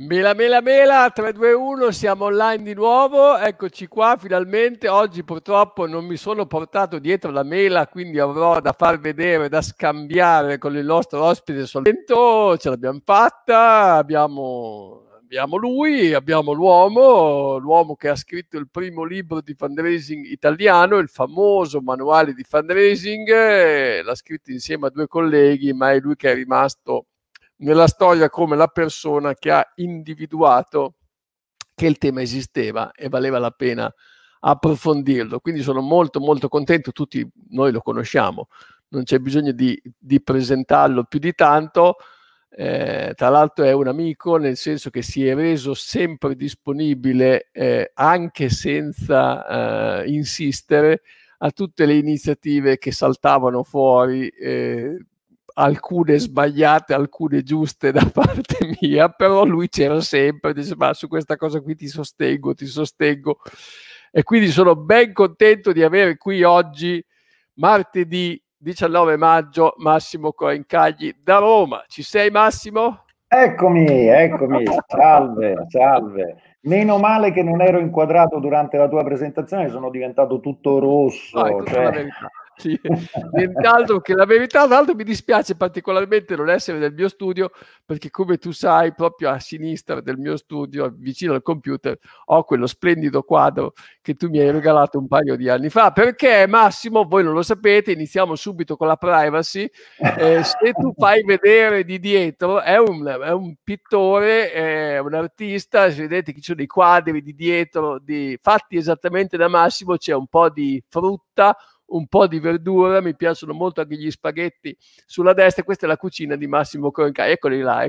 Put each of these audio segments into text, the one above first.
Mela, mela, mela, 3, 2, 1, siamo online di nuovo, eccoci qua finalmente. Oggi purtroppo non mi sono portato dietro la mela, quindi avrò da far vedere, da scambiare con il nostro ospite soltanto. Ce l'abbiamo fatta, abbiamo lui, abbiamo l'uomo che ha scritto il primo libro di fundraising italiano, il famoso manuale di fundraising, l'ha scritto insieme a due colleghi, ma è lui che è rimasto nella storia come la persona che ha individuato che il tema esisteva e valeva la pena approfondirlo. Quindi sono molto molto contento, tutti noi lo conosciamo, non c'è bisogno di presentarlo più di tanto. Tra l'altro è un amico, nel senso che si è reso sempre disponibile, anche senza insistere, a tutte le iniziative che saltavano fuori, alcune sbagliate, alcune giuste da parte mia, però lui c'era sempre, dice: ma su questa cosa qui ti sostengo. E quindi sono ben contento di avere qui oggi, martedì 19 maggio, Massimo Coencagli da Roma. Ci sei, Massimo? Eccomi, salve. Meno male che non ero inquadrato durante la tua presentazione, sono diventato tutto rosso. No, è tutta la verità. Sì, nient'altro che la verità. Tra l'altro mi dispiace particolarmente non essere nel mio studio, perché come tu sai, proprio a sinistra del mio studio, vicino al computer, ho quello splendido quadro che tu mi hai regalato un paio di anni fa. Perché, Massimo, voi non lo sapete, iniziamo subito con la privacy. Se tu fai vedere di dietro, è un pittore, è un artista, se vedete che ci sono dei quadri di dietro fatti esattamente da Massimo, c'è un po' di frutta, un po' di verdura, mi piacciono molto anche gli spaghetti sulla destra. Questa è la cucina di Massimo Coencagli, eccoli là.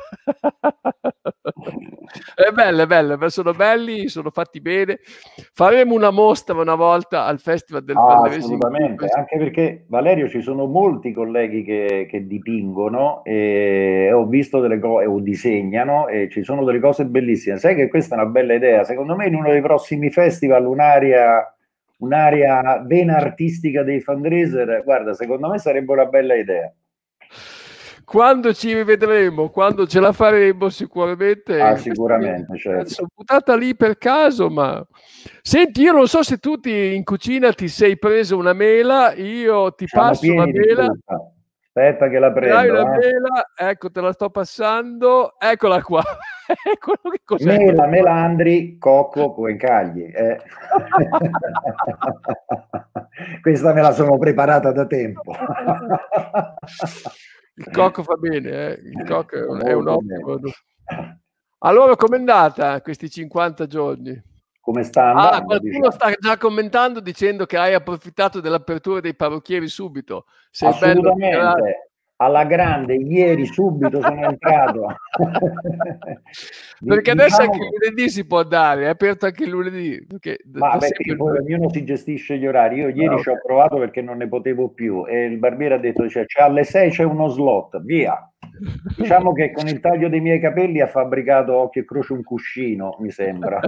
È bella, sono belli, sono fatti bene. Faremo una mostra una volta al Festival del Fundraising. Assolutamente, anche perché, Valerio, ci sono molti colleghi che dipingono e ho visto delle cose, o disegnano, e ci sono delle cose bellissime. Sai che questa è una bella idea? Secondo me in uno dei prossimi festival un'area vena artistica dei fundraiser, guarda, secondo me sarebbe una bella idea. Quando ci rivedremo, quando ce la faremo, sicuramente. Sicuramente, certo. Sono buttata lì per caso, ma senti, io non so se tu in cucina ti sei preso una mela, io ti Siamo passo la pieni di mela. frutta. Aspetta che la Hai prendo. una mela, ecco, te la sto passando, eccola qua. Che cos'è Mela, questo? melandri, cocco, Coencagli. Questa me la sono preparata da tempo. Il cocco fa bene, il cocco è un Molto ottimo. bene. Allora, com'è andata questi 50 giorni? Come sta andando, Qualcuno diciamo. sta già commentando dicendo che hai approfittato dell'apertura dei parrucchieri subito. Sei bello dichiarato. Assolutamente, alla grande, ieri subito sono entrato. Perché adesso Diciamo anche il lunedì si può andare, è aperto anche il lunedì. ma perché poi ognuno si gestisce gli orari. Io ieri ci ho Okay. provato perché non ne potevo più e il barbiere ha detto, cioè, alle 6 c'è uno slot, via. Diciamo che con il taglio dei miei capelli ha fabbricato occhio e croce un cuscino, mi sembra.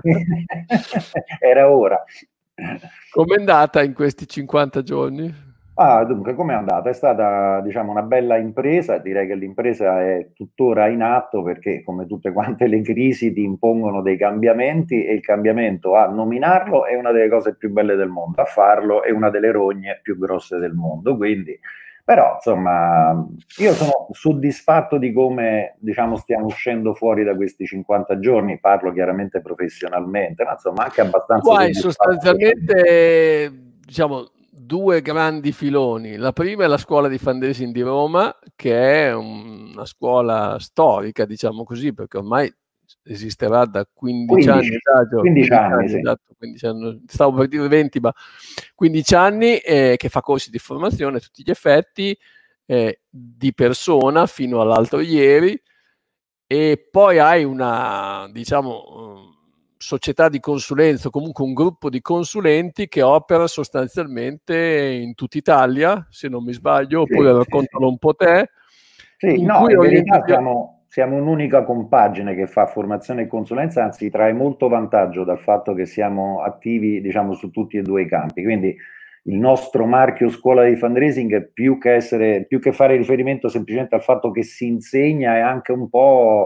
Era ora. Com'è andata in questi 50 giorni? Dunque, com'è andata? È stata, diciamo, una bella impresa, direi che l'impresa è tuttora in atto perché, come tutte quante le crisi, ti impongono dei cambiamenti e il cambiamento a nominarlo è una delle cose più belle del mondo, a farlo è una delle rogne più grosse del mondo, quindi, però, insomma, io sono soddisfatto di come, diciamo, stiamo uscendo fuori da questi 50 giorni, parlo chiaramente professionalmente, ma insomma anche abbastanza Tu hai soddisfatto. sostanzialmente, diciamo, due grandi filoni. La prima è la scuola di fundraising di Roma, che è una scuola storica, diciamo così, perché ormai esisterà da 15 anni, 15 anni, sì. esatto, 15 anni, stavo per dire 20, ma 15 anni, che fa corsi di formazione a tutti gli effetti, di persona fino all'altro ieri, e poi hai una, diciamo, società di consulenza, comunque un gruppo di consulenti che opera sostanzialmente in tutta Italia, se non mi sbaglio, oppure raccontano un po' te. Sì, no, in verità siamo un'unica compagine che fa formazione e consulenza, anzi trae molto vantaggio dal fatto che siamo attivi, diciamo, su tutti e due i campi. Quindi il nostro marchio scuola di fundraising è più che fare riferimento semplicemente al fatto che si insegna, è anche un po',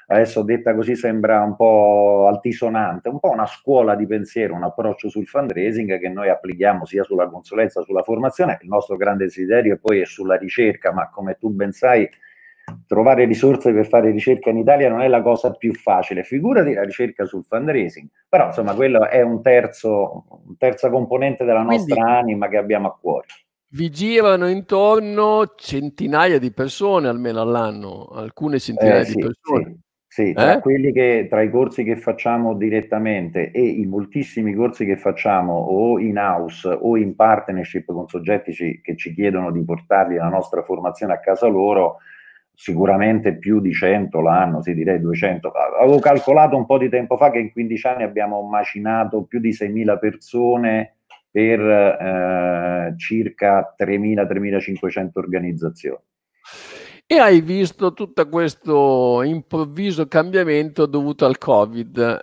adesso detta così sembra un po' altisonante, un po' una scuola di pensiero, un approccio sul fundraising che noi applichiamo sia sulla consulenza, sulla formazione. Il nostro grande desiderio poi è sulla ricerca, ma come tu ben sai, trovare risorse per fare ricerca in Italia non è la cosa più facile, figurati la ricerca sul fundraising, però insomma quello è un terza componente della Quindi nostra anima che abbiamo a cuore. vi girano intorno centinaia di persone almeno all'anno, alcune centinaia di Sì, persone. sì, sì, tra Eh? tra i corsi che facciamo direttamente e i moltissimi corsi che facciamo o in house o in partnership con soggetti che ci chiedono di portarli la nostra formazione a casa loro, sicuramente più di 100 l'anno, si direi 200. Avevo calcolato un po' di tempo fa che in 15 anni abbiamo macinato più di 6.000 persone per circa 3.000-3.500 organizzazioni. E hai visto tutto questo improvviso cambiamento dovuto al Covid.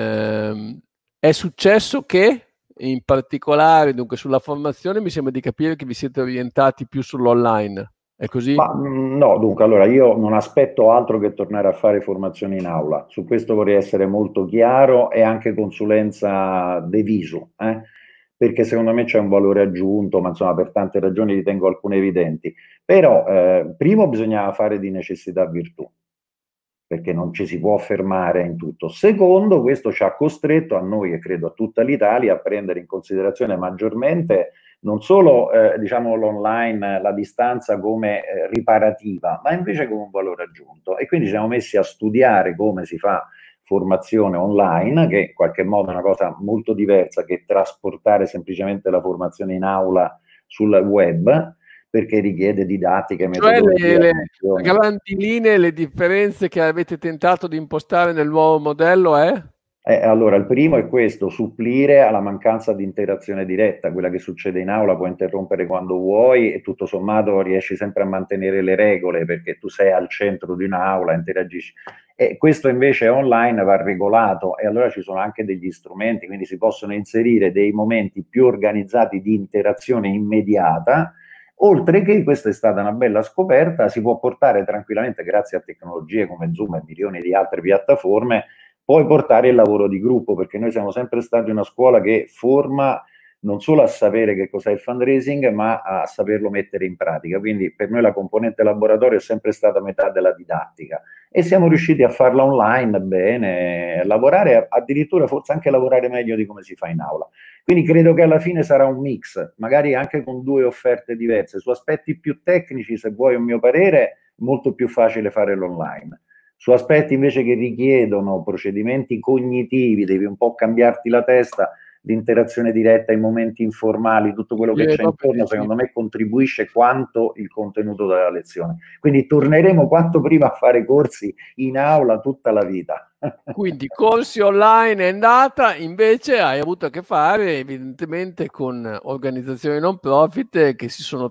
È successo che, in particolare, dunque sulla formazione, mi sembra di capire che vi siete orientati più sull'online. È così? Ma no, dunque, allora io non aspetto altro che tornare a fare formazione in aula. Su questo vorrei essere molto chiaro e anche consulenza de visu, perché secondo me c'è un valore aggiunto, ma insomma per tante ragioni ritengo alcune evidenti. Però primo bisognava fare di necessità virtù, perché non ci si può fermare in tutto. Secondo, questo ci ha costretto a noi e credo a tutta l'Italia a prendere in considerazione maggiormente non solo diciamo l'online, la distanza come riparativa, ma invece come un valore aggiunto. E quindi ci siamo messi a studiare come si fa formazione online, che in qualche modo è una cosa molto diversa che trasportare semplicemente la formazione in aula sul web, perché richiede didattica, Cioè metodologia, le a funzioni. grandi linee, le differenze che avete tentato di impostare nel nuovo modello è? Allora, il primo è questo, supplire alla mancanza di interazione diretta, quella che succede in aula puoi interrompere quando vuoi e tutto sommato riesci sempre a mantenere le regole perché tu sei al centro di un'aula, interagisci. E questo invece online va regolato e allora ci sono anche degli strumenti, quindi si possono inserire dei momenti più organizzati di interazione immediata. Oltre che, questa è stata una bella scoperta, si può portare tranquillamente, grazie a tecnologie come Zoom e milioni di altre piattaforme, puoi portare il lavoro di gruppo, perché noi siamo sempre stati una scuola che forma non solo a sapere che cos'è il fundraising, ma a saperlo mettere in pratica. Quindi per noi la componente laboratorio è sempre stata metà della didattica e siamo riusciti a farla online bene, lavorare, addirittura forse anche lavorare meglio di come si fa in aula. Quindi credo che alla fine sarà un mix, magari anche con due offerte diverse. Su aspetti più tecnici, se vuoi un mio parere, è molto più facile fare l'online. Su aspetti invece che richiedono procedimenti cognitivi, devi un po' cambiarti la testa, l'interazione diretta, i momenti informali, tutto quello che c'è intorno, Sì. secondo me contribuisce quanto il contenuto della lezione. Quindi torneremo quanto prima a fare corsi in aula tutta la vita. Quindi corsi online è andata, invece hai avuto a che fare evidentemente con organizzazioni non profit che si sono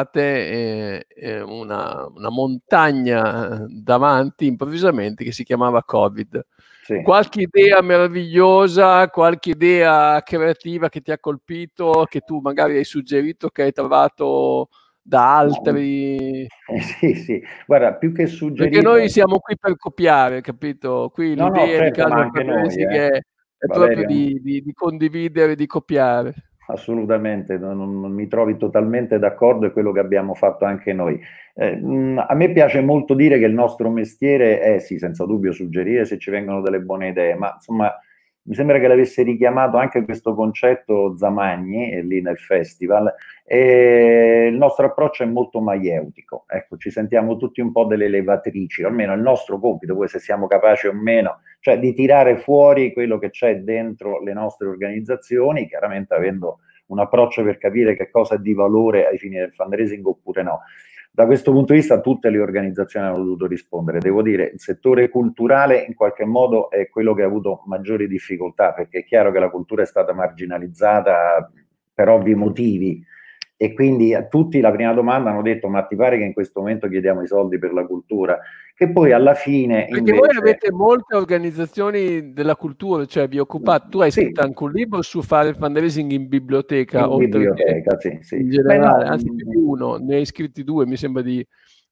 trovate una montagna davanti improvvisamente che si chiamava Covid. Sì. Qualche idea meravigliosa, qualche idea creativa che ti ha colpito, che tu magari hai suggerito, che hai trovato da altri? Sì, sì, guarda, più che Perché noi suggerito, siamo qui per copiare, capito? Qui no, no, l'idea di certo, ma Casa anche noi, Fundraising è proprio Valerio. di condividere, di copiare. Assolutamente, non mi trovi totalmente d'accordo, è quello che abbiamo fatto anche noi. A me piace molto dire che il nostro mestiere è, sì, senza dubbio suggerire se ci vengono delle buone idee, ma insomma mi sembra che l'avesse richiamato anche questo concetto Zamagni lì nel festival, e il nostro approccio è molto maieutico, ecco, ci sentiamo tutti un po' delle levatrici, almeno il nostro compito, poi se siamo capaci o meno, cioè di tirare fuori quello che c'è dentro le nostre organizzazioni, chiaramente avendo un approccio per capire che cosa è di valore ai fini del fundraising oppure no. Da questo punto di vista tutte le organizzazioni hanno dovuto rispondere. Devo dire, il settore culturale in qualche modo è quello che ha avuto maggiori difficoltà, perché è chiaro che la cultura è stata marginalizzata per ovvi motivi, e quindi a tutti la prima domanda hanno detto: ma ti pare che in questo momento chiediamo i soldi per la cultura? Che poi alla fine Perché voi invece... avete molte organizzazioni della cultura, cioè vi occupate, tu hai Sì, scritto anche un libro su fare il fundraising in biblioteca, in oltre che biblioteca, sì, sì. in Beh, generale, no, anzi più di uno, ne hai scritti due, mi sembra di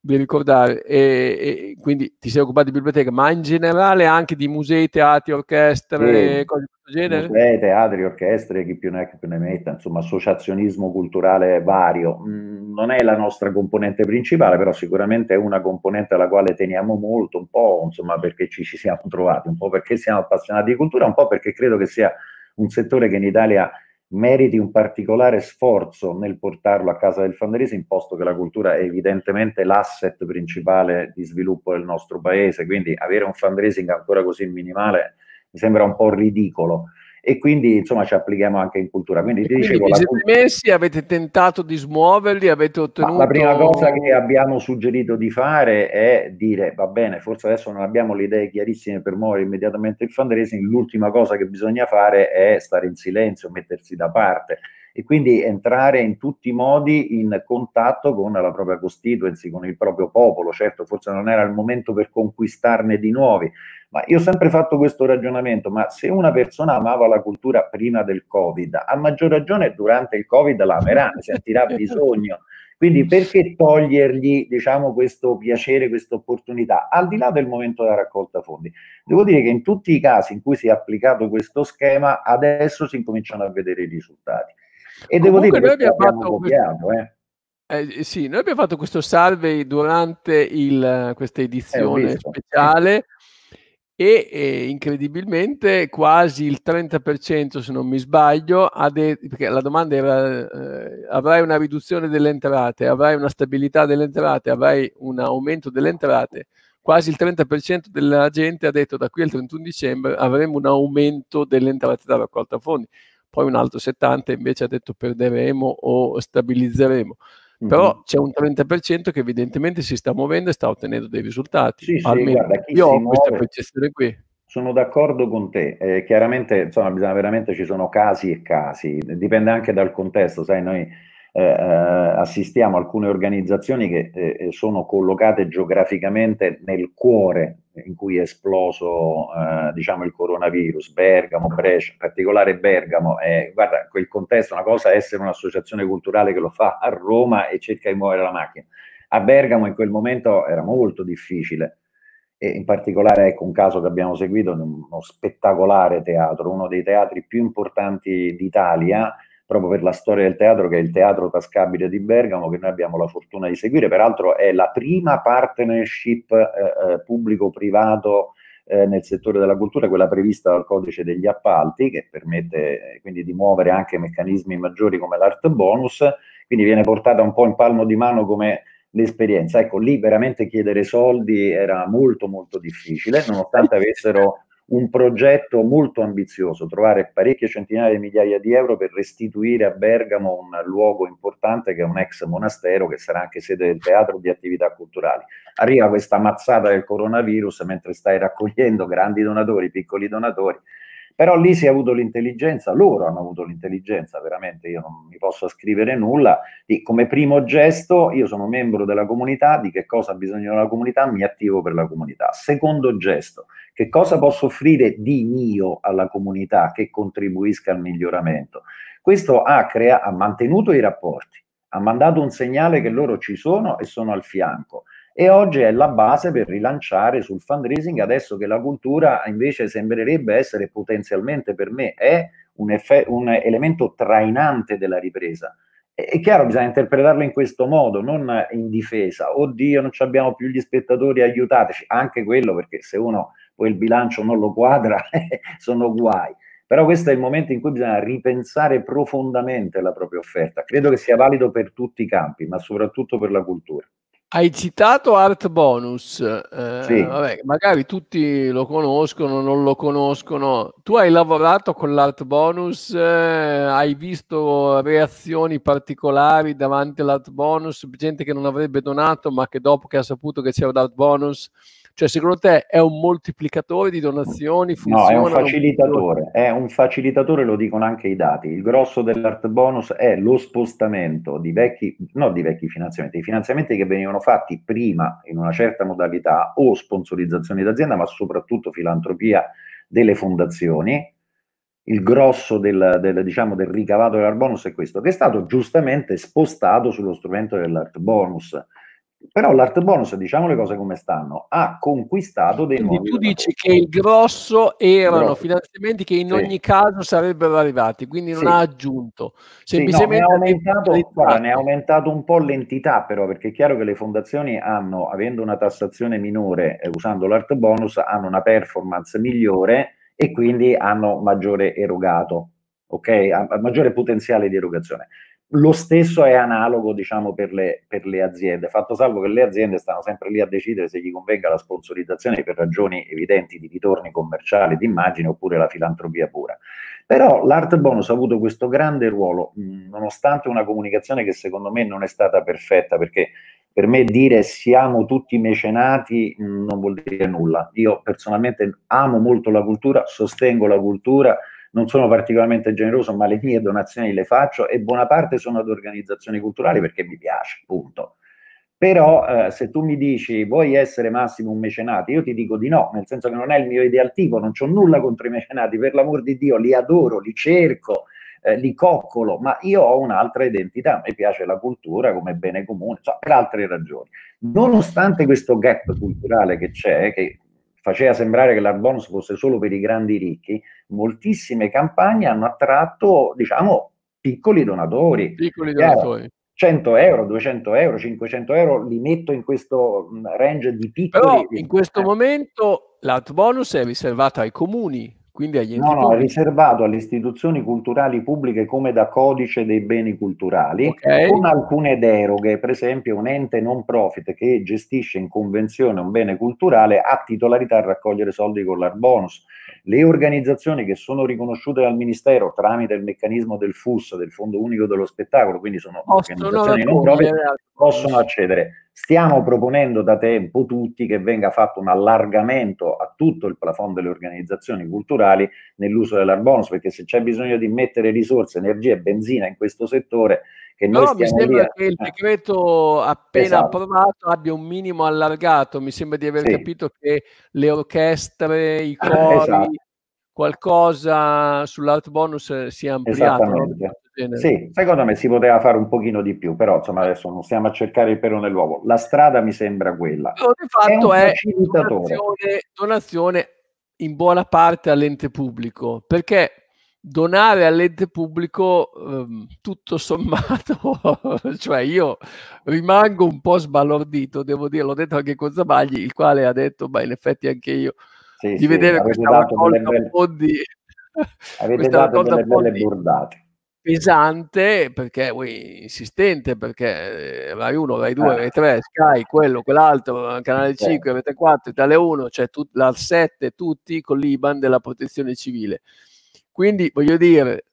di ricordare, e quindi ti sei occupato di biblioteca, ma in generale anche di musei, teatri, orchestre, Sì, cose di questo genere? musei, teatri, orchestre, chi più ne ha chi più ne metta, insomma, associazionismo culturale vario. Non è la nostra componente principale, però sicuramente è una componente alla quale teniamo molto, un po', insomma, perché ci siamo trovati, un po' perché siamo appassionati di cultura, un po' perché credo che sia un settore che in Italia meriti un particolare sforzo nel portarlo a casa del fundraising, posto che la cultura è evidentemente l'asset principale di sviluppo del nostro paese, quindi avere un fundraising ancora così minimale mi sembra un po' ridicolo, e quindi insomma ci applichiamo anche in cultura. Quindi E ti quindi dicevo, vi siete messi, avete tentato di smuoverli, avete ma la prima cosa che ottenuto... abbiamo suggerito di fare è dire, va bene, forse adesso non abbiamo le idee chiarissime per muovere immediatamente il fundraising, l'ultima cosa che bisogna fare è stare in silenzio, mettersi da parte e quindi entrare in tutti i modi in contatto con la propria constituency, con il proprio popolo. Certo, forse non era il momento per conquistarne di nuovi, ma io ho sempre fatto questo ragionamento, ma se una persona amava la cultura prima del Covid, a maggior ragione durante il Covid la amerà, ne sentirà bisogno. Quindi perché togliergli, diciamo, questo piacere, questa opportunità, al di là del momento della raccolta fondi? Devo dire che in tutti i casi in cui si è applicato questo schema, adesso si incominciano a vedere i risultati. E devo dire Comunque che noi questo abbiamo l'abbiamo fatto questo... copiato, eh. Sì, noi abbiamo fatto questo survey durante questa Ho edizione visto, sì. speciale e incredibilmente quasi il 30%, se non mi sbaglio, perché la domanda era avrai una riduzione delle entrate, avrai una stabilità delle entrate, avrai un aumento delle entrate, quasi il 30% della gente ha detto da qui al 31 dicembre avremo un aumento delle entrate da raccolta fondi, poi un altro 70% invece ha detto perderemo o stabilizzeremo. Però c'è un 30% che evidentemente si sta muovendo e sta ottenendo dei risultati, Sì, sì, almeno guarda, chi io si ho questa muove, percezione qui. sono d'accordo con te. Chiaramente, insomma, bisogna veramente, ci sono casi e casi, dipende anche dal contesto, sai, noi assistiamo a alcune organizzazioni che sono collocate geograficamente nel cuore in cui è esploso, diciamo, il coronavirus, Bergamo, Brescia, in particolare Bergamo. Guarda, quel contesto, una cosa è essere un'associazione culturale che lo fa a Roma e cerca di muovere la macchina. A Bergamo in quel momento era molto difficile, e in particolare ecco un caso che abbiamo seguito, uno spettacolare teatro, uno dei teatri più importanti d'Italia, proprio per la storia del teatro, che è il Teatro Tascabile di Bergamo, che noi abbiamo la fortuna di seguire. Peraltro è la prima partnership pubblico-privato nel settore della cultura, quella prevista dal codice degli appalti, che permette quindi di muovere anche meccanismi maggiori come l'art bonus, quindi viene portata un po' in palmo di mano come l'esperienza. Ecco, lì veramente chiedere soldi era molto molto difficile, nonostante avessero un progetto molto ambizioso, trovare parecchie centinaia di migliaia di euro per restituire a Bergamo un luogo importante che è un ex monastero, che sarà anche sede del teatro di attività culturali. Arriva questa mazzata del coronavirus mentre stai raccogliendo grandi donatori, piccoli donatori, però lì si è avuto l'intelligenza, loro hanno avuto l'intelligenza, veramente io non mi posso ascrivere nulla, di come primo gesto io sono membro della comunità, di che cosa ha bisogno la comunità, mi attivo per la comunità. Secondo gesto, che cosa posso offrire di mio alla comunità che contribuisca al miglioramento? Questo ha mantenuto i rapporti, ha mandato un segnale che loro ci sono e sono al fianco, e oggi è la base per rilanciare sul fundraising, adesso che la cultura invece sembrerebbe essere potenzialmente, per me, è un elemento trainante della ripresa. È chiaro, bisogna interpretarlo in questo modo, non in difesa. Oddio, non abbiamo più gli spettatori, aiutateci. Anche quello, perché se uno poi il bilancio non lo quadra, sono guai. Però questo è il momento in cui bisogna ripensare profondamente la propria offerta. Credo che sia valido per tutti i campi, ma soprattutto per la cultura. Hai citato Art Bonus, Sì. vabbè, magari tutti lo conoscono, non lo conoscono. Tu hai lavorato con l'Art Bonus, hai visto reazioni particolari davanti all'Art Bonus, gente che non avrebbe donato, ma che dopo che ha saputo che c'era l'Art Bonus, cioè secondo te è un moltiplicatore di donazioni, No, funziona, non funziona? è un facilitatore, lo dicono anche i dati. Il grosso dell'Art Bonus è lo spostamento di vecchi, non di vecchi finanziamenti, di finanziamenti che venivano fatti prima in una certa modalità o sponsorizzazioni d'azienda, ma soprattutto filantropia delle fondazioni. Il grosso diciamo, del ricavato dell'Art Bonus è questo, che è stato giustamente spostato sullo strumento dell'Art Bonus. Però l'art bonus, diciamo le cose come stanno, ha conquistato dei Quindi nuovi tu dici donatori. che il grosso erano Grosso. finanziamenti che in Sì. ogni caso sarebbero arrivati, quindi non ha Sì. aggiunto, Sì, no, ne ha semplicemente ha aumentato, guarda, ne ha democratizzato. aumentato un po' l'entità però, perché è chiaro che le fondazioni hanno, avendo una tassazione minore e usando l'art bonus, hanno una performance migliore e quindi hanno maggiore erogato, ok? Ha maggiore potenziale di erogazione. Lo stesso è analogo, diciamo, per le aziende, fatto salvo che le aziende stanno sempre lì a decidere se gli convenga la sponsorizzazione per ragioni evidenti di ritorni commerciali, di immagine, oppure la filantropia pura. Però l'art bonus ha avuto questo grande ruolo, nonostante una comunicazione che secondo me non è stata perfetta, perché per me dire siamo tutti mecenati non vuol dire nulla. Io personalmente amo molto la cultura, sostengo la cultura, non sono particolarmente generoso, ma le mie donazioni le faccio e buona parte sono ad organizzazioni culturali perché mi piace, punto. Però se tu mi dici vuoi essere Massimo un mecenate, io ti dico di no, nel senso che non è il mio ideal tipo, non c'ho nulla contro i mecenati, per l'amor di Dio, li adoro, li cerco, li coccolo, ma io ho un'altra identità, mi piace la cultura come bene comune, cioè, per altre ragioni. Nonostante questo gap culturale che c'è, che faceva sembrare che l'art bonus fosse solo per i grandi ricchi, moltissime campagne hanno attratto, diciamo, piccoli donatori. Piccoli Chiaro? donatori. 100 euro, 200 euro, 500 euro li metto in questo range di piccoli. Però in questo momento l'art bonus è riservato ai comuni, quindi agli No, enti no, è pubblici. riservato alle istituzioni culturali pubbliche come da codice dei beni culturali, Ok? con alcune deroghe. Per esempio, un ente non profit che gestisce in convenzione un bene culturale ha titolarità a raccogliere soldi con l'art bonus. Le organizzazioni che sono riconosciute dal Ministero tramite il meccanismo del FUS, del Fondo Unico dello Spettacolo, quindi sono Possono organizzazioni non profit, raccogliere art possono bonus. accedere. Stiamo proponendo da tempo tutti che venga fatto un allargamento a tutto il plafond delle organizzazioni culturali nell'uso dell'art bonus, perché se c'è bisogno di mettere risorse, energie e benzina in questo settore, che noi Però mi stiamo lì sembra a... che il decreto appena Esatto, approvato abbia un minimo allargato. Mi sembra di aver sì, capito che le orchestre, i cori, esatto, qualcosa sull'art bonus sia ampliato, no? Di esattamente. questo genere. Sì, secondo me si poteva fare un pochino di più, però insomma adesso non stiamo a cercare il pelo nell'uovo. La strada mi sembra quella. Però di È un fatto è facilitatore. donazione in buona parte all'ente pubblico, perché donare all'ente pubblico, tutto sommato, cioè io rimango un po' sbalordito, devo dire, l'ho detto anche con Zabagli, il quale ha detto, in effetti anche io, Sì, di sì, vedere questa raccolta fondi, avete questa dato raccolta delle belle fondi bordate. pesante, perché insistente, perché Rai 1, Rai 2, Rai Ah, 3, Sky, quello, quell'altro, Canale sì. 5, Rete 4, Italia 1, cioè la 7, tutti con l'IBAN della Protezione Civile. Quindi voglio dire,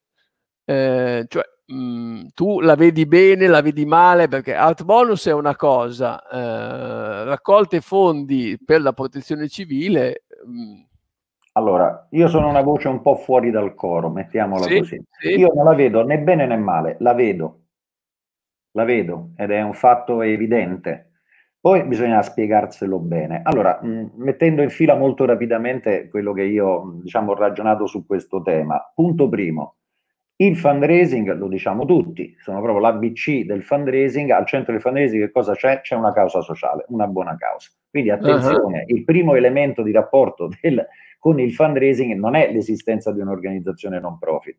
cioè, tu la vedi bene, la vedi male, perché Art Bonus è una cosa, raccolte fondi per la Protezione Civile, Allora, io sono una voce un po' fuori dal coro, mettiamola sì, così. sì. Io non la vedo né bene né male, la vedo ed è un fatto evidente. Poi bisogna spiegarselo bene. Allora, mettendo in fila molto rapidamente quello che io, diciamo, ho ragionato su questo tema. Punto primo, il fundraising, lo diciamo tutti, sono proprio l'ABC del fundraising. Al centro del fundraising che cosa c'è? C'è una causa sociale, una buona causa. Quindi Ah-ah. attenzione, il primo elemento di rapporto con il fundraising non è l'esistenza di un'organizzazione non profit,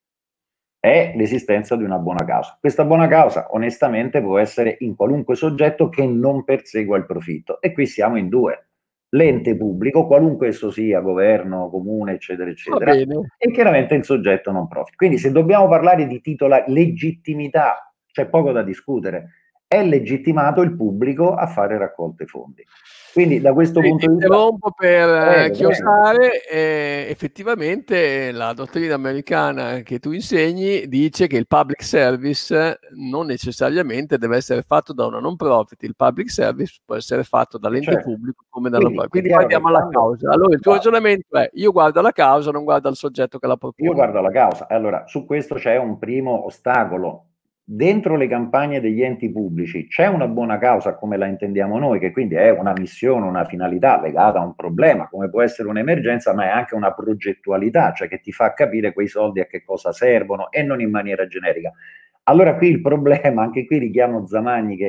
è l'esistenza di una buona causa. Questa buona causa, onestamente, può essere in qualunque soggetto che non persegua il profitto. E qui siamo in due. L'ente pubblico, qualunque esso sia, governo, comune, eccetera, Va eccetera, bene. e chiaramente il soggetto non profit. Quindi se dobbiamo parlare di legittimità, c'è poco da discutere. È legittimato il pubblico a fare raccolte fondi. Quindi da questo Sì, ti punto di vista, interrompo per prego, prego. chiosare, effettivamente la dottrina americana che tu insegni dice che il public service non necessariamente deve essere fatto da una non profit, il public service può essere fatto dall'ente Certo. pubblico come da non Quindi profit. è Quindi chiaro che guardiamo alla quando... causa. Allora il tuo Guarda, ragionamento è: io guardo la causa, non guardo il soggetto che la io propone. guardo la causa. Allora, su questo c'è un primo ostacolo. Dentro le campagne degli enti pubblici c'è una buona causa come la intendiamo noi, che quindi è una missione, una finalità legata a un problema, come può essere un'emergenza, ma è anche una progettualità, cioè che ti fa capire quei soldi a che cosa servono e non in maniera generica. Allora qui il problema, anche qui richiamo Zamagni che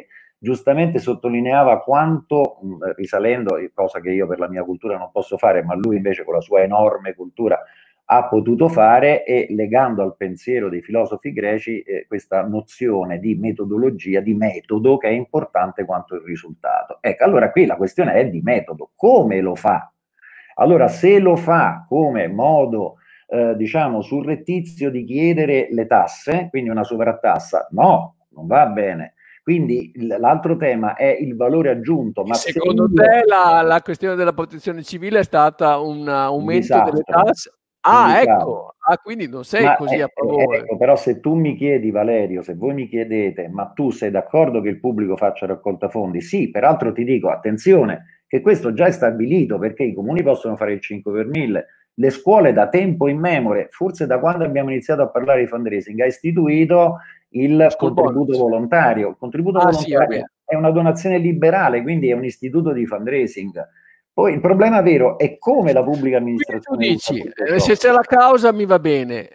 giustamente sottolineava quanto, risalendo, cosa che io per la mia cultura non posso fare, ma lui invece con la sua enorme cultura ha potuto fare, e legando al pensiero dei filosofi greci questa nozione di metodologia, di metodo, che è importante quanto il risultato. Ecco, allora qui la questione è di metodo, come lo fa? Allora, se lo fa come modo, diciamo, surrettizio di chiedere le tasse, quindi una sovrattassa, no, non va bene. Quindi l'altro tema è il valore aggiunto. Ma secondo te la questione della protezione civile è stata un aumento delle tasse? Ah, ecco, quindi non sei così a favore. Ecco, però se tu mi chiedi, Valerio, se voi mi chiedete, ma tu sei d'accordo che il pubblico faccia raccolta fondi? Sì, peraltro ti dico, attenzione, che questo già è stabilito, perché i comuni possono fare il 5 per 1000, le scuole da tempo immemore, forse da quando abbiamo iniziato a parlare di fundraising, ha istituito il contributo volontario. Il contributo volontario è una donazione liberale, quindi è un istituto di fundraising. Poi il problema vero è come la pubblica amministrazione usa tutto ciò. Se c'è la causa mi va bene,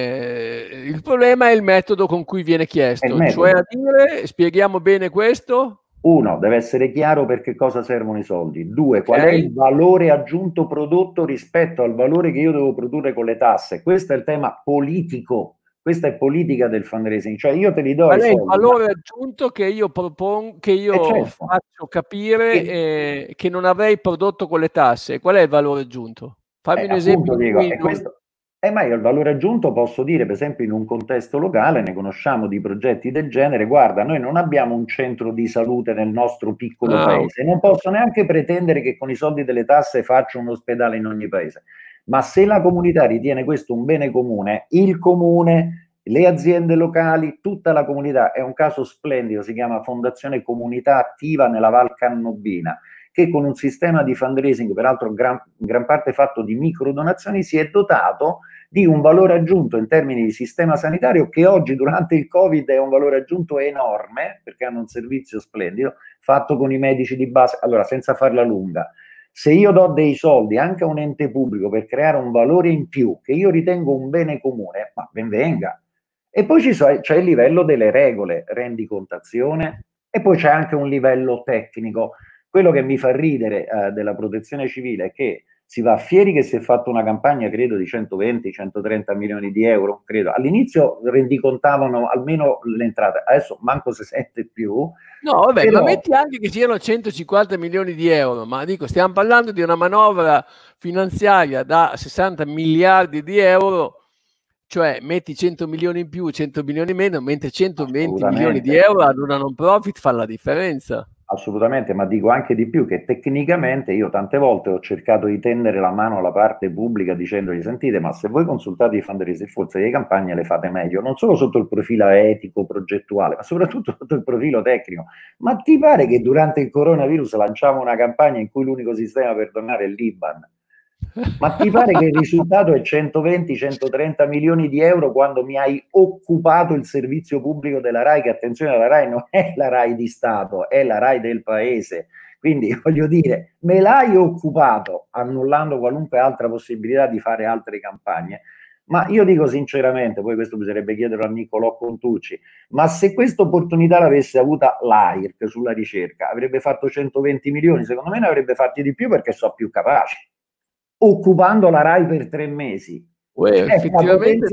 il problema è il metodo con cui viene chiesto, cioè a dire, spieghiamo bene questo. Uno, deve essere chiaro per che cosa servono i soldi. Due, qual è il valore aggiunto prodotto rispetto al valore che io devo produrre con le tasse. Questo è il tema politico. Questa è politica del fundraising, cioè io te li do. Qual è il valore aggiunto che io propongo, che io faccio capire che non avrei prodotto con le tasse? Qual è il valore aggiunto? Fammi un esempio. Ma io il valore aggiunto posso dire, per esempio, in un contesto locale, ne conosciamo di progetti del genere. Guarda, noi non abbiamo un centro di salute nel nostro piccolo paese, non posso neanche pretendere che con i soldi delle tasse faccia un ospedale in ogni paese. Ma se la comunità ritiene questo un bene comune, il comune, le aziende locali, tutta la comunità, è un caso splendido, si chiama Fondazione Comunità Attiva nella Val Cannobina, che con un sistema di fundraising, peraltro in gran parte fatto di microdonazioni, si è dotato di un valore aggiunto in termini di sistema sanitario, che oggi durante il Covid è un valore aggiunto enorme, perché hanno un servizio splendido, fatto con i medici di base. Allora, senza farla lunga, se io do dei soldi anche a un ente pubblico per creare un valore in più, che io ritengo un bene comune, ma ben venga. E poi c'è il livello delle regole, rendicontazione, e poi c'è anche un livello tecnico. Quello che mi fa ridere della protezione civile è che si va a Fieri, che si è fatto una campagna, credo, di 120-130 milioni di euro, credo. All'inizio rendicontavano almeno le entrate, adesso manco si sente più. No, vabbè, però, ma metti anche che siano 150 milioni di euro, ma dico, stiamo parlando di una manovra finanziaria da 60 miliardi di euro, cioè metti 100 milioni in più, 100 milioni in meno, mentre 120 milioni di euro ad una non profit fa la differenza. Assolutamente, ma dico anche di più, che tecnicamente io tante volte ho cercato di tendere la mano alla parte pubblica dicendogli: sentite, ma se voi consultate i fundraising, forse le campagne le fate meglio, non solo sotto il profilo etico, progettuale, ma soprattutto sotto il profilo tecnico. Ma ti pare che durante il coronavirus lanciamo una campagna in cui l'unico sistema per donare è l'IBAN? Ma ti pare che il risultato è 120-130 milioni di euro quando mi hai occupato il servizio pubblico della RAI, che, attenzione, la RAI non è la RAI di Stato, è la RAI del paese. Quindi voglio dire, me l'hai occupato annullando qualunque altra possibilità di fare altre campagne. Ma io dico sinceramente, poi questo bisognerebbe chiederlo a Niccolò Contucci, ma se questa opportunità l'avesse avuta l'AIRC sulla ricerca, avrebbe fatto 120 milioni? Secondo me ne avrebbe fatti di più, perché so più capaci, occupando la RAI per 3 mesi. Effettivamente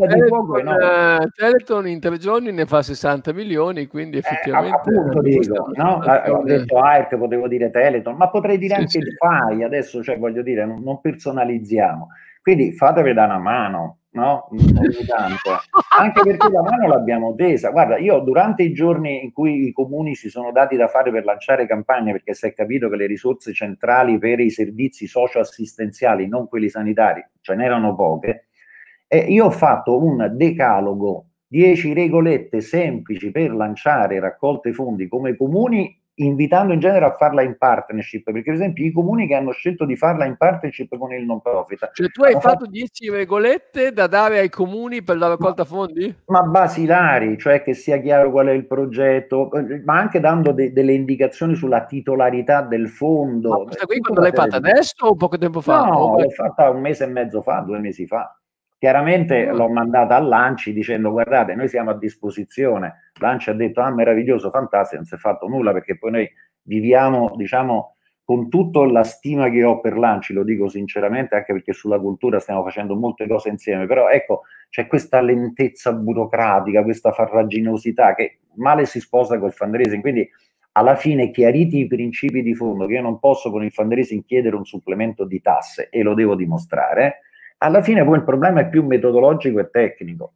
Teleton in 3 giorni ne fa 60 milioni, quindi effettivamente appunto dico, no? Ho detto AIRC, potevo dire Teleton, ma potrei dire anche il FAI adesso, cioè voglio dire, non personalizziamo, quindi fatevi da una mano, no? Ogni tanto, anche perché la mano l'abbiamo tesa. Guarda, io durante i giorni in cui i comuni si sono dati da fare per lanciare campagne, perché si è capito che le risorse centrali per i servizi socio-assistenziali, non quelli sanitari, ce n'erano poche, io ho fatto un decalogo, 10 regolette semplici per lanciare raccolte fondi come comuni, invitando in genere a farla in partnership, perché per esempio i comuni che hanno scelto di farla in partnership con il non profit. Cioè tu hai fatto 10 regolette da dare ai comuni per la raccolta fondi? Ma basilari, cioè che sia chiaro qual è il progetto, ma anche dando delle indicazioni sulla titolarità del fondo. Ma questa qui quando l'hai fatta adesso o poco tempo fa? No, l'ho fatta un mese e mezzo fa, 2 mesi fa. Chiaramente l'ho mandata a Lanci dicendo: guardate, noi siamo a disposizione. Lanci ha detto: ah, meraviglioso, fantastico, non si è fatto nulla, perché poi noi viviamo, diciamo, con tutta la stima che ho per Lanci, lo dico sinceramente, anche perché sulla cultura stiamo facendo molte cose insieme, però ecco, c'è questa lentezza burocratica, questa farraginosità che male si sposa col fundraising. Quindi alla fine, chiariti i principi di fondo, che io non posso con il fundraising chiedere un supplemento di tasse e lo devo dimostrare, alla fine poi il problema è più metodologico e tecnico,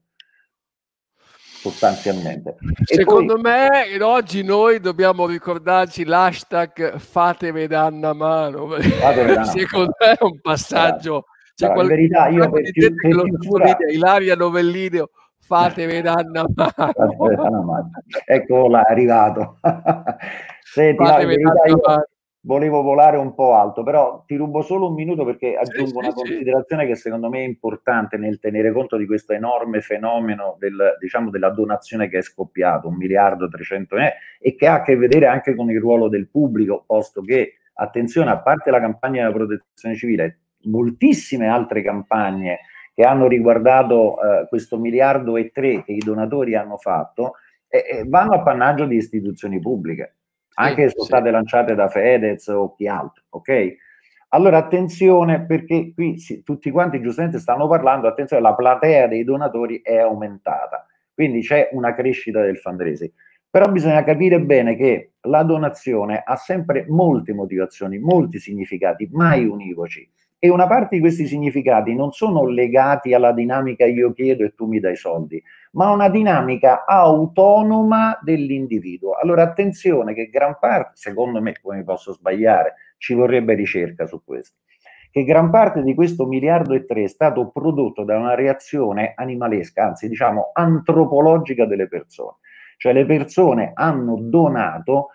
sostanzialmente. Secondo me oggi noi dobbiamo ricordarci l'hashtag fatevi danno a mano. Secondo me è un passaggio. C'è in verità io per gente che lo sottolinea, Ilaria Novellino, fatevi danno a mano. Ecco là, è arrivato. Senti, no, in verità io volevo volare un po' alto, però ti rubo solo un minuto perché aggiungo una considerazione che secondo me è importante nel tenere conto di questo enorme fenomeno diciamo, della donazione che è scoppiato, 1.300.000.000, e che ha a che vedere anche con il ruolo del pubblico, posto che, attenzione, a parte la campagna della protezione civile, moltissime altre campagne che hanno riguardato questo 1,3 miliardi che i donatori hanno fatto, vanno a pannaggio di istituzioni pubbliche, anche se sono state lanciate da Fedez o chi altro, ok? Allora attenzione, perché qui tutti quanti giustamente stanno parlando, attenzione, la platea dei donatori è aumentata, quindi c'è una crescita del fundraising, però bisogna capire bene che la donazione ha sempre molte motivazioni, molti significati, mai univoci, e una parte di questi significati non sono legati alla dinamica io chiedo e tu mi dai soldi, ma una dinamica autonoma dell'individuo. Allora attenzione che gran parte, secondo me, poi mi posso sbagliare, ci vorrebbe ricerca su questo, che gran parte di questo 1,3 miliardi è stato prodotto da una reazione animalesca, anzi diciamo antropologica delle persone. Cioè le persone hanno donato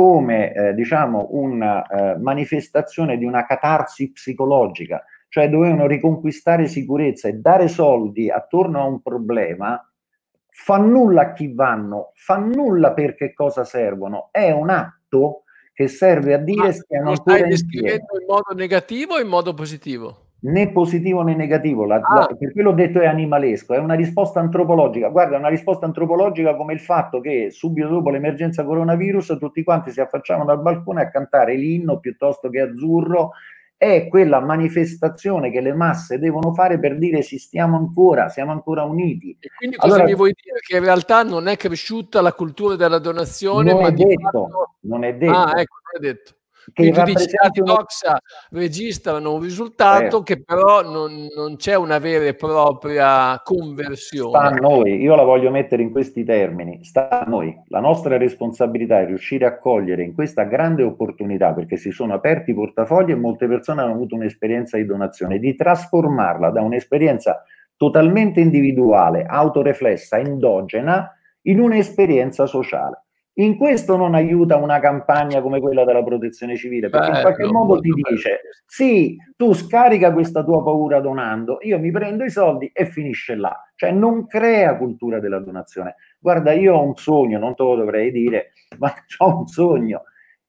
come diciamo una manifestazione di una catarsi psicologica, cioè dovevano riconquistare sicurezza, e dare soldi attorno a un problema fa nulla a chi vanno, fa nulla per che cosa servono, è un atto che serve a dire stiamo ancora insieme. Lo stai descrivendo in modo negativo o in modo positivo? Né positivo né negativo, per quello ho detto è animalesco, è una risposta antropologica. Guarda, è una risposta antropologica come il fatto che subito dopo l'emergenza coronavirus tutti quanti si affacciavano dal balcone a cantare l'inno piuttosto che Azzurro. È quella manifestazione che le masse devono fare per dire esistiamo ancora, siamo ancora uniti. E quindi cosa mi vuoi dire? Che in realtà non è cresciuta la cultura della donazione, non ma è di detto, fatto... non è detto. Ah, ecco, non è detto. Quindi tu dici che Doxa registrano un risultato che però non c'è una vera e propria conversione. Sta a noi, io la voglio mettere in questi termini, sta a noi. La nostra responsabilità è riuscire a cogliere in questa grande opportunità, perché si sono aperti i portafogli e molte persone hanno avuto un'esperienza di donazione, di trasformarla da un'esperienza totalmente individuale, autoreflessa, endogena, in un'esperienza sociale. In questo non aiuta una campagna come quella della protezione civile, perché in qualche modo ti dice sì, tu scarica questa tua paura donando, io mi prendo i soldi e finisce là. Cioè non crea cultura della donazione. Guarda, io ho un sogno, non te lo dovrei dire, ma ho un sogno.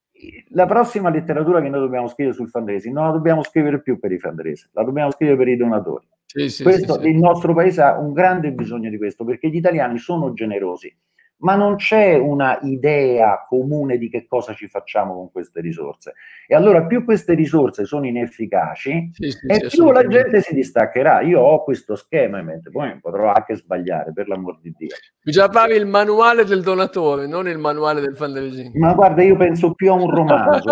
La prossima letteratura che noi dobbiamo scrivere sul fundraising non la dobbiamo scrivere più per i fundraiser, la dobbiamo scrivere per i donatori. Il nostro paese ha un grande bisogno di questo, perché gli italiani sono generosi, ma non c'è una idea comune di che cosa ci facciamo con queste risorse. E allora più queste risorse sono inefficaci, e più la gente si distaccherà. Io ho questo schema in mente, poi potrò anche sbagliare, per l'amor di Dio. Bisogna fare il manuale del donatore, non il manuale del fundraising. Ma guarda, io penso più a un romanzo.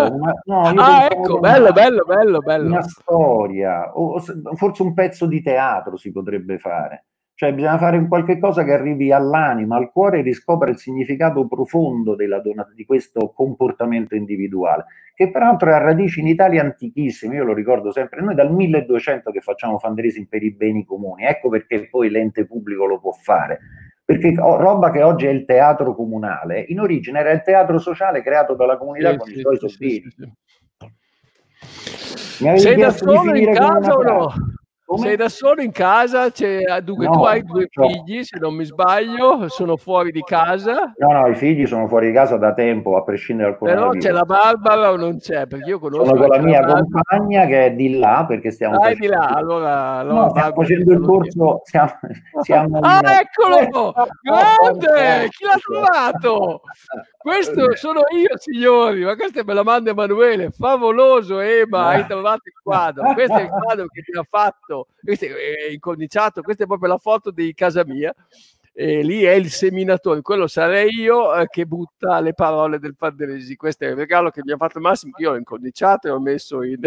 Ecco, bello. Una storia, o forse un pezzo di teatro si potrebbe fare. Cioè bisogna fare un qualche cosa che arrivi all'anima, al cuore, e riscopra il significato profondo di questo comportamento individuale, che peraltro ha radici in Italia antichissime. Io lo ricordo sempre, noi dal 1200 che facciamo fundraising per i beni comuni, ecco perché poi l'ente pubblico lo può fare, perché roba che oggi è il teatro comunale, in origine era il teatro sociale creato dalla comunità con i suoi soldini. Sei da solo in casa o no? Sei da solo in casa? Dunque, No, tu hai 2 figli, se non mi sbaglio, sono fuori di casa? No, i figli sono fuori di casa da tempo, a prescindere dal Però c'è coronavirus. la Barbara o non c'è? Perché io Sono conosco con la anche la mia Barbara. compagna che è di là perché stiamo Ah, è di facendo, là, allora no, stiamo Barbara ti facendo il saluto io. corso, siamo Ah, in... eccolo! Grande! Chi l'ha trovato? Questo sono io, signori, ma questo me lo manda Emanuele, favoloso Ema, hai trovato il quadro. Questo è il quadro che mi ha fatto, questo è incorniciato, questa è proprio la foto di casa mia. E lì è il seminatore, quello sarei io che butta le parole del Panderesi. Questo è il regalo che mi ha fatto Massimo, che io ho incorniciato e ho messo in...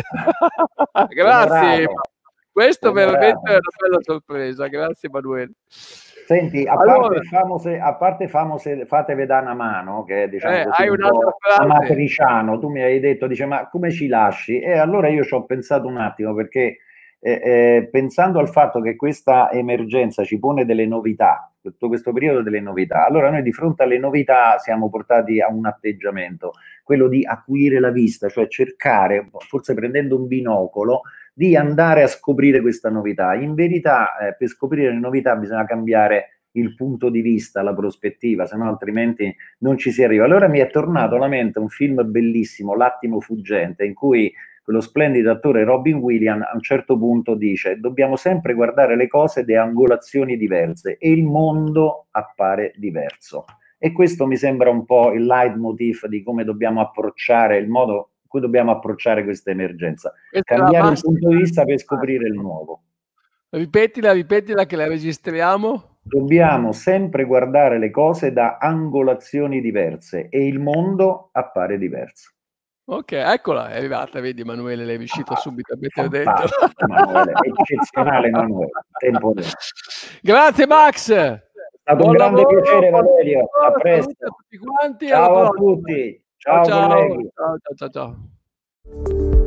Grazie, questo veramente è una bella sorpresa, grazie Emanuele. Senti, Allora, a parte famose, fate vedere una mano, che è, diciamo così, hai un un'altra po' frase? amatriciano, tu mi hai detto, dice, ma come ci lasci? E allora io ci ho pensato un attimo, perché pensando al fatto che questa emergenza ci pone delle novità, tutto questo periodo delle novità, allora noi di fronte alle novità siamo portati a un atteggiamento, quello di acuire la vista, cioè cercare, forse prendendo un binocolo, di andare a scoprire questa novità. In verità, per scoprire le novità bisogna cambiare il punto di vista, la prospettiva, se no altrimenti non ci si arriva. Allora mi è tornato alla mente un film bellissimo, L'attimo fuggente, in cui quello splendido attore Robin Williams a un certo punto dice: dobbiamo sempre guardare le cose da angolazioni diverse e il mondo appare diverso. E questo mi sembra un po' il leitmotiv di come dobbiamo approcciare, il modo in cui dobbiamo approcciare questa emergenza. Cambiare il punto di vista per scoprire il nuovo. Ripetila che la registriamo. Dobbiamo sempre guardare le cose da angolazioni diverse e il mondo appare diverso. Ok, eccola, è arrivata, vedi Emanuele, l'hai riuscito subito a mettere dentro. Emanuele, eccezionale Emanuele, tempo dentro. Grazie Max. È stato un grande piacere Valerio, a presto. Saluti a tutti quanti, Ciao a tutti, ciao ciao, colleghi. ciao, ciao, ciao.